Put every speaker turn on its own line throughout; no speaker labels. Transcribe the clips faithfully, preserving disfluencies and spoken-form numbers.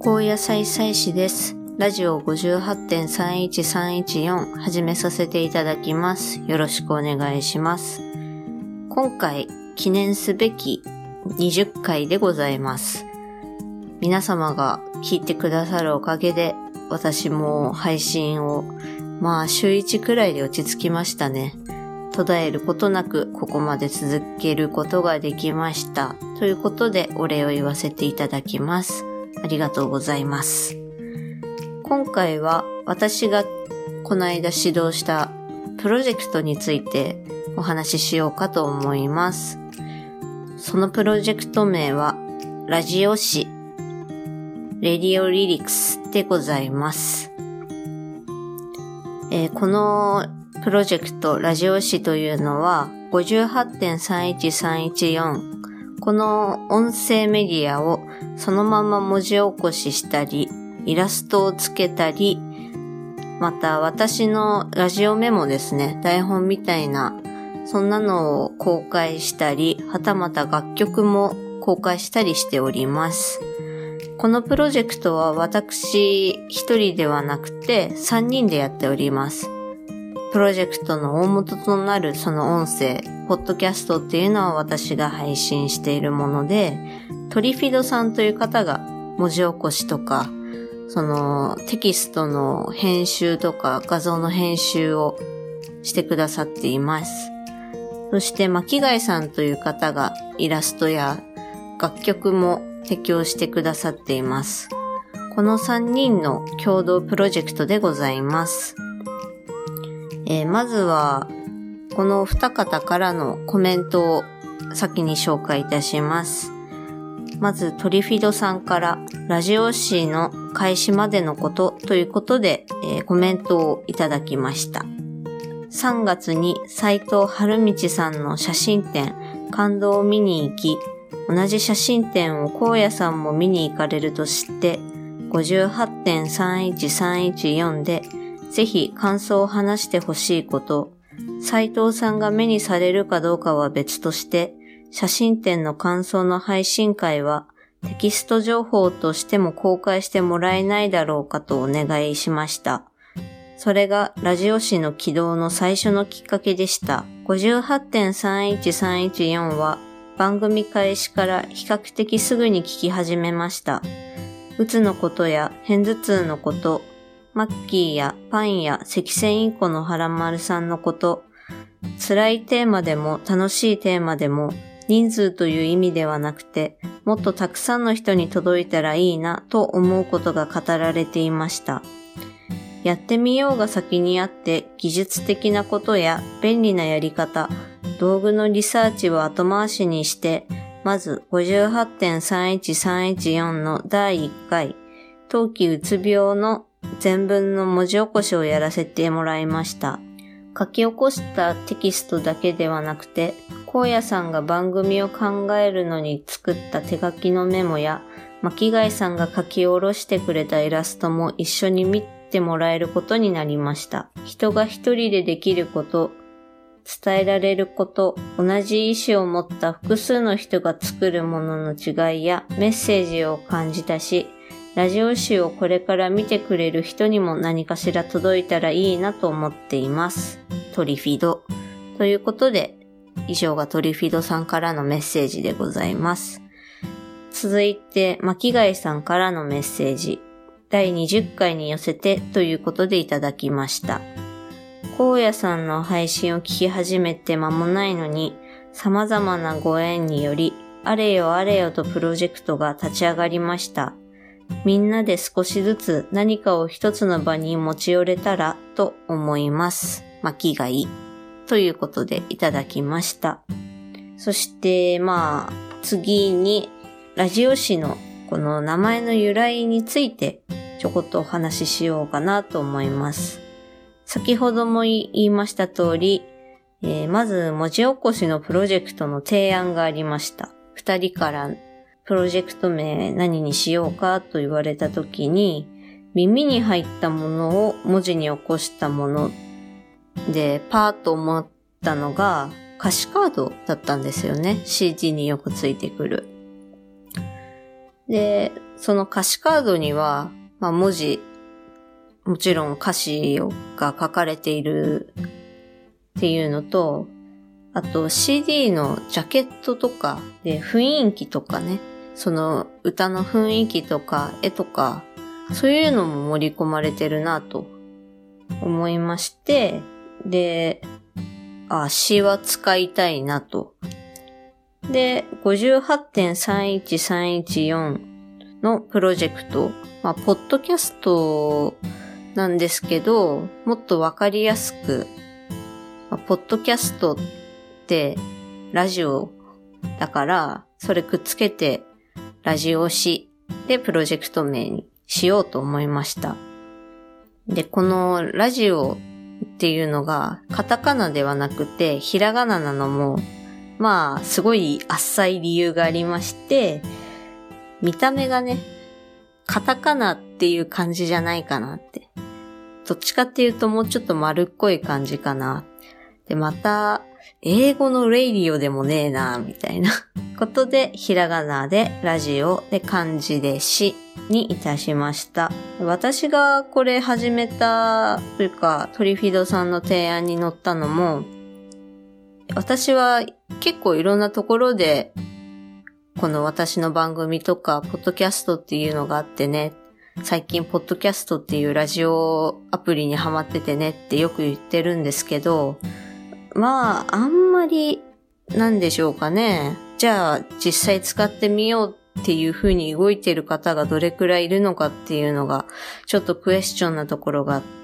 高野菜菜師です。ラジオ ごじゅうはちてんさんいちさんいちよん 始めさせていただきます。よろしくお願いします。今回記念すべきにじゅっかいでございます。皆様が聞いてくださるおかげで私も配信をまあ週いちくらいで落ち着きましたね。途絶えることなくここまで続けることができました。ということでお礼を言わせていただきます。ありがとうございます。今回は私がこの間指導したプロジェクトについてお話ししようかと思います。そのプロジェクト名はラジオ誌レディオリリクスでございます。えー、このプロジェクトラジオ誌というのは ごじゅうはちてんさんいちさんいちよん この音声メディアをそのまま文字起こししたりイラストをつけたり、また私のラジオメモですね、台本みたいなそんなのを公開したり、はたまた楽曲も公開したりしております。このプロジェクトは私一人ではなくてさんにんでやっております。プロジェクトの大元となるその音声、ポッドキャストっていうのは私が配信しているもので、トリフィドさんという方が文字起こしとか、そのテキストの編集とか画像の編集をしてくださっています。そして巻貝さんという方がイラストや楽曲も提供してくださっています。このさんにんの共同プロジェクトでございます。えー、まずはこの二方からのコメントを先に紹介いたします。まずトリフィドさんからラジオ誌の開始までのことということで、えー、コメントをいただきました。さんがつに斉藤春道さんの写真展感動を見に行き、同じ写真展を荒野さんも見に行かれると知って ごじゅうはちてんさんいちさんいちよん でぜひ感想を話してほしいこと、斉藤さんが目にされるかどうかは別として写真展の感想の配信会はテキスト情報としても公開してもらえないだろうかとお願いしました。それがラジオ誌の起動の最初のきっかけでした。ごじゅうはちてんさんいちさんいちよん は番組開始から比較的すぐに聞き始めました。うつのことや片頭痛のこと、マッキーやパンや赤線インコの原丸さんのこと、辛いテーマでも楽しいテーマでも人数という意味ではなくて、もっとたくさんの人に届いたらいいなと思うことが語られていました。やってみようが先にあって技術的なことや便利なやり方、道具のリサーチを後回しにして、まず ごじゅうはちてんさんいちさんいちよん のだいいっかい、冬季うつ病の全文の文字起こしをやらせてもらいました。書き起こしたテキストだけではなくて、荒野さんが番組を考えるのに作った手書きのメモや、巻貝さんが書き下ろしてくれたイラストも一緒に見てもらえることになりました。人が一人でできること、伝えられること、同じ意思を持った複数の人が作るものの違いやメッセージを感じたし、ラジオ誌をこれから見てくれる人にも何かしら届いたらいいなと思っています。トリフィド。ということで、以上がトリフィドさんからのメッセージでございます。続いて、巻貝さんからのメッセージ。だいにじゅっかいに寄せてということでいただきました。荒野さんの配信を聞き始めて間もないのに、様々なご縁により、あれよあれよとプロジェクトが立ち上がりました。みんなで少しずつ何かを一つの場に持ち寄れたらと思います。巻貝ということでいただきました。そしてまあ次にラジオ誌のこの名前の由来についてちょこっとお話ししようかなと思います。先ほども言いました通り、えー、まず文字起こしのプロジェクトの提案がありました。二人からプロジェクト名何にしようかと言われたときに、耳に入ったものを文字に起こしたものでパーッと思ったのが歌詞カードだったんですよね。シーディー によくついてくる。 で、その歌詞カードには、まあ文字、もちろん歌詞が書かれているっていうのと、あと シーディー のジャケットとかで雰囲気とかね、その歌の雰囲気とか絵とか、そういうのも盛り込まれてるなと思いまして、で、あ、詩は使いたいなと。で、ごじゅうはちてんさんいちさんいちよん のプロジェクト、まあ、ポッドキャストなんですけど、もっとわかりやすく、まあ、ポッドキャストってラジオだから、それくっつけてラジオ詩でプロジェクト名にしようと思いました。で、このラジオっていうのがカタカナではなくてひらがななのも、まあすごい浅い理由がありまして、見た目がね、カタカナっていう感じじゃないかなって。どっちかっていうともうちょっと丸っこい感じかな。で、また、英語のレイディオでもねえな、みたいなことで、ひらがなでラジオで漢字で詩にいたしました。私がこれ始めたというか、トリフィドさんの提案に乗ったのも、私は結構いろんなところで、この私の番組とか、ポッドキャストっていうのがあってね、最近ポッドキャストっていうラジオアプリにハマっててねってよく言ってるんですけど、まあ、あんまり、なんでしょうかね。じゃあ、実際使ってみようっていう風に動いてる方がどれくらいいるのかっていうのが、ちょっとクエスチョンなところがあって、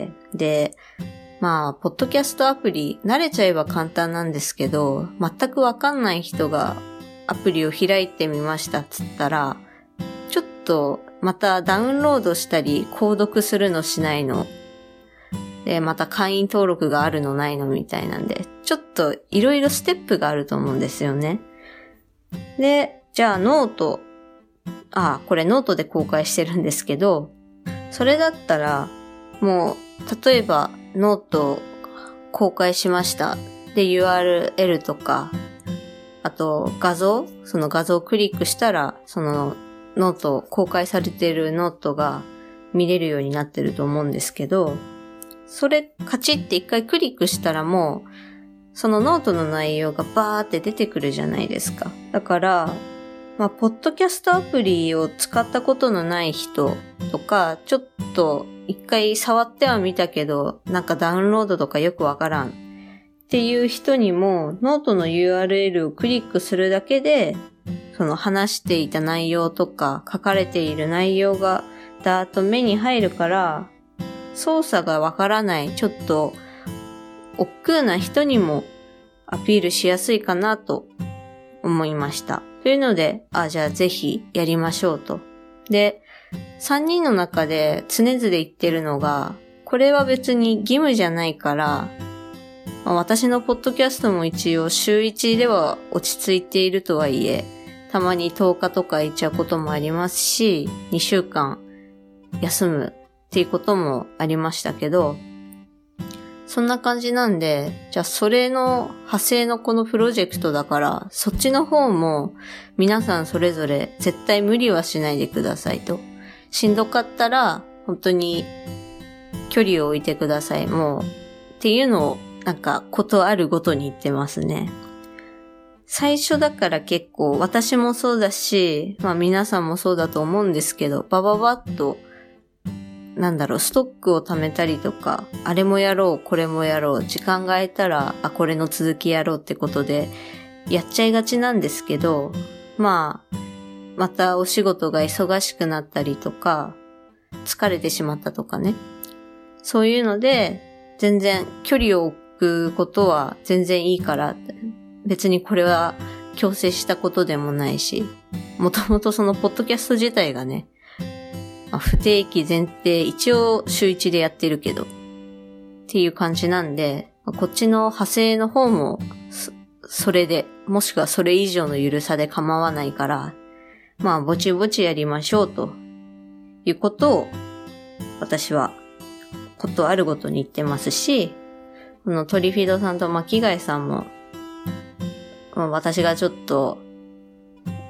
で、まあ、ポッドキャストアプリ、慣れちゃえば簡単なんですけど、全くわかんない人がアプリを開いてみましたっつったら、ちょっと、またダウンロードしたり、購読するのしないの。で、また会員登録があるのないのみたいなんで、ちょっといろいろステップがあると思うんですよね。で、じゃあノート、あ、これノートで公開してるんですけど、それだったら、もう、例えばノート公開しましたで ユーアールエル とか、あと画像、その画像をクリックしたら、そのノート、公開されているノートが見れるようになってると思うんですけど、それカチって一回クリックしたらもう、そのノートの内容がバーって出てくるじゃないですか。だから、まあ、ポッドキャストアプリを使ったことのない人とか、ちょっと一回触ってはみたけど、なんかダウンロードとかよくわからんっていう人にも、ノートの ユーアールエル をクリックするだけで、その話していた内容とか書かれている内容がだーっと目に入るから、操作がわからない、ちょっと億劫な人にもアピールしやすいかなと思いました。というので、あ、じゃあぜひやりましょうと。で、さんにんの中で常々言ってるのが、これは別に義務じゃないから、まあ、私のポッドキャストも一応週いちでは落ち着いているとはいえ、たまにとおかとか行っちゃうこともありますし、にしゅうかん休むっていうこともありましたけど、そんな感じなんで、じゃあそれの派生のこのプロジェクトだから、そっちの方も皆さんそれぞれ絶対無理はしないでくださいと。しんどかったら本当に距離を置いてください。もうっていうのをなんかことあるごとに言ってますね。最初だから結構私もそうだし、まあ皆さんもそうだと思うんですけど、バババッとなんだろう、ストックを貯めたりとか、あれもやろう、これもやろう、時間が空いたら、あ、これの続きやろうってことで、やっちゃいがちなんですけど、まあ、またお仕事が忙しくなったりとか、疲れてしまったとかね。そういうので、全然距離を置くことは全然いいから、別にこれは強制したことでもないし、もともとそのポッドキャスト自体がね、不定期前提、一応週いちでやってるけど、っていう感じなんで、こっちの派生の方も、そ, それで、もしくはそれ以上の緩さで構わないから、まあ、ぼちぼちやりましょうということを、私は、ことあるごとに言ってますし、このトリフィドさんと巻貝さんも、まあ、私がちょっと、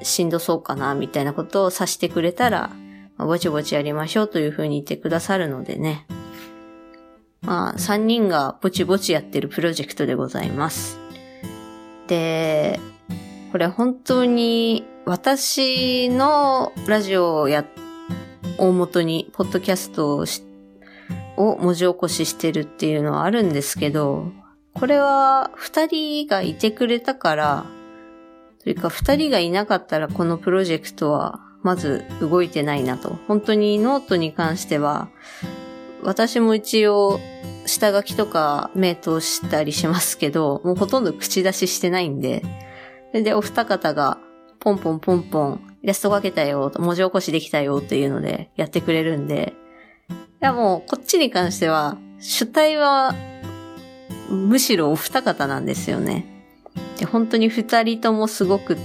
しんどそうかな、みたいなことをさしてくれたら、まあ、ぼちぼちやりましょうというふうに言ってくださるのでね。まあ、さんにんがぼちぼちやってるプロジェクトでございます。で、これ本当に私のラジオをや、大元に、ポッドキャストをし、を文字起こししてるっていうのはあるんですけど、これは二人がいてくれたから、というか二人がいなかったらこのプロジェクトはまず動いてないなと。本当にノートに関しては、私も一応下書きとか目通したりしますけど、もうほとんど口出ししてないんで、で、お二方がポンポンポンポンイラスト描けたよ、文字起こしできたよっていうのでやってくれるんで、いやもうこっちに関しては主体はむしろお二方なんですよね。で、本当に二人ともすごくって、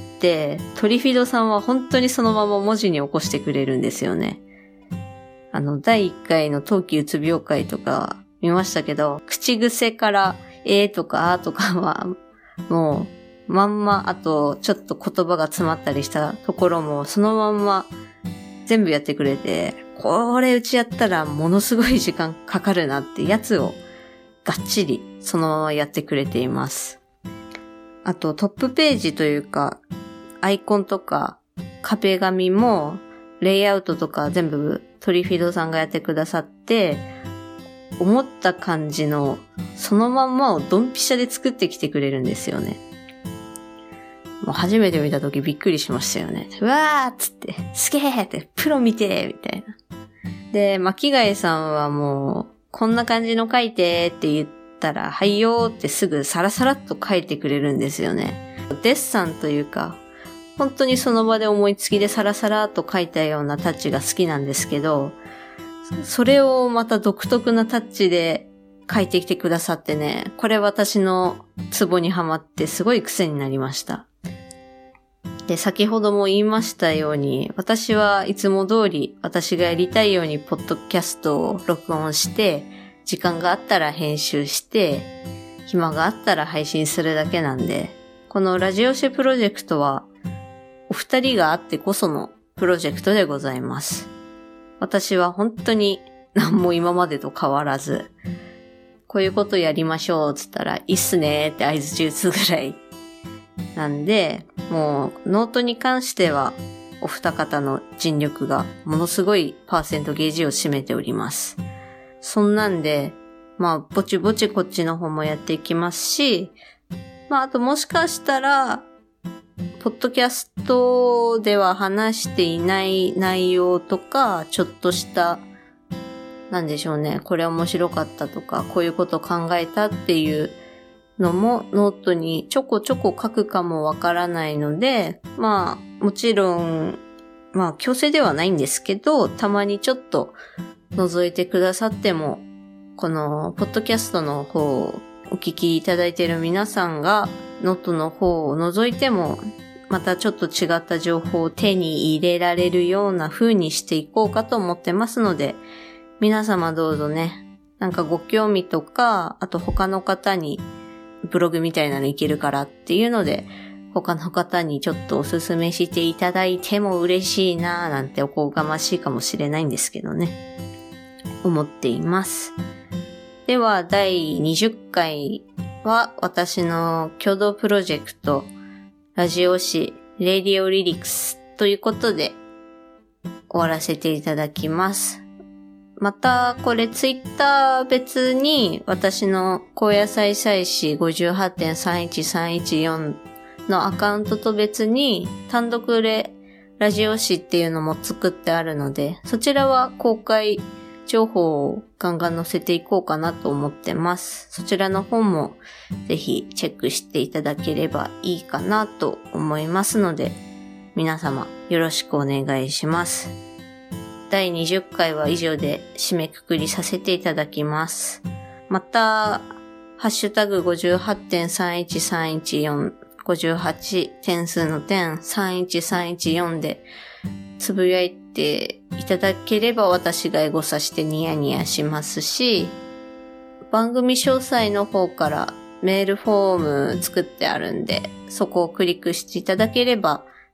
トリフィドさんは本当にそのまま文字に起こしてくれるんですよね。あの、だいいっかいの冬季うつ病会とか見ましたけど、口癖からえーとかあーとかは、もう、まんま、あと、ちょっと言葉が詰まったりしたところも、そのまんま全部やってくれて、これうちやったらものすごい時間かかるなってやつをがっちりそのままやってくれています。あとトップページというかアイコンとか壁紙もレイアウトとか全部トリフィドさんがやってくださって、思った感じのそのまんまをドンピシャで作ってきてくれるんですよね。もう初めて見たときびっくりしましたよね。うわーっつって、すげーって、プロ見てみたいな。で、巻貝さんはもう、こんな感じの書いてって言ったら、はいよーってすぐサラサラっと書いてくれるんですよね。デッサンというか、本当にその場で思いつきでサラサラっと書いたようなタッチが好きなんですけど、それをまた独特なタッチで書いてきてくださってね、これ私のツボにはまってすごい癖になりました。で、先ほども言いましたように、私はいつも通り私がやりたいようにポッドキャストを録音して、時間があったら編集して、暇があったら配信するだけなんで、このラジオシェプロジェクトはお二人があってこそのプロジェクトでございます。私は本当に何も今までと変わらず、こういうことやりましょうつったら、いいっすねーって合図打つぐらいなんで、もうノートに関してはお二方の尽力がものすごいパーセントゲージを占めております。そんなんで、まあぼちぼちこっちの方もやっていきますし、まああともしかしたら、ポッドキャストでは話していない内容とか、ちょっとしたなんでしょうね、これ面白かったとか、こういうこと考えたっていうのもノートにちょこちょこ書くかもわからないので、まあもちろんまあ強制ではないんですけど、たまにちょっと覗いてくださっても、このポッドキャストの方をお聞きいただいている皆さんがノートの方を覗いても、またちょっと違った情報を手に入れられるような風にしていこうかと思ってますので、皆様どうぞね、なんかご興味とか、あと他の方にブログみたいなのいけるからっていうので、他の方にちょっとおすすめしていただいても嬉しいなぁなんておこがましいかもしれないんですけどね。思っています。では、だいにじゅっかいは私の共同プロジェクト、ラジオ誌、レディオリリックスということで終わらせていただきます。また、これツイッター別に私の高野菜祭祀 ごじゅうはちてんさんいちさんいちよん のアカウントと別に単独でラジオ誌っていうのも作ってあるので、そちらは公開情報をガンガン載せていこうかなと思ってます。そちらの方もぜひチェックしていただければいいかなと思いますので、皆様よろしくお願いします。だいにじゅっかいは以上で締めくくりさせていただきます。また、ハッシュタグ ごじゅうはちてんさんいちさんいちよん、ごじゅうはち点数の点さんいちさんいちよんでつぶやいていただければ私がエゴサしてニヤニヤしますし、番組詳細の方からメールフォーム作ってあるんで、そこをクリックしていただければ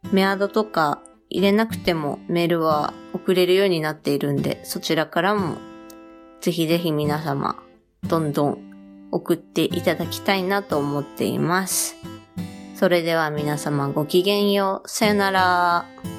メアドとか入れなくてもメールは送れるようになっているんで、そちらからもぜひぜひ皆様どんどん送っていただきたいなと思っています。それでは皆様ごきげんよう。さよなら。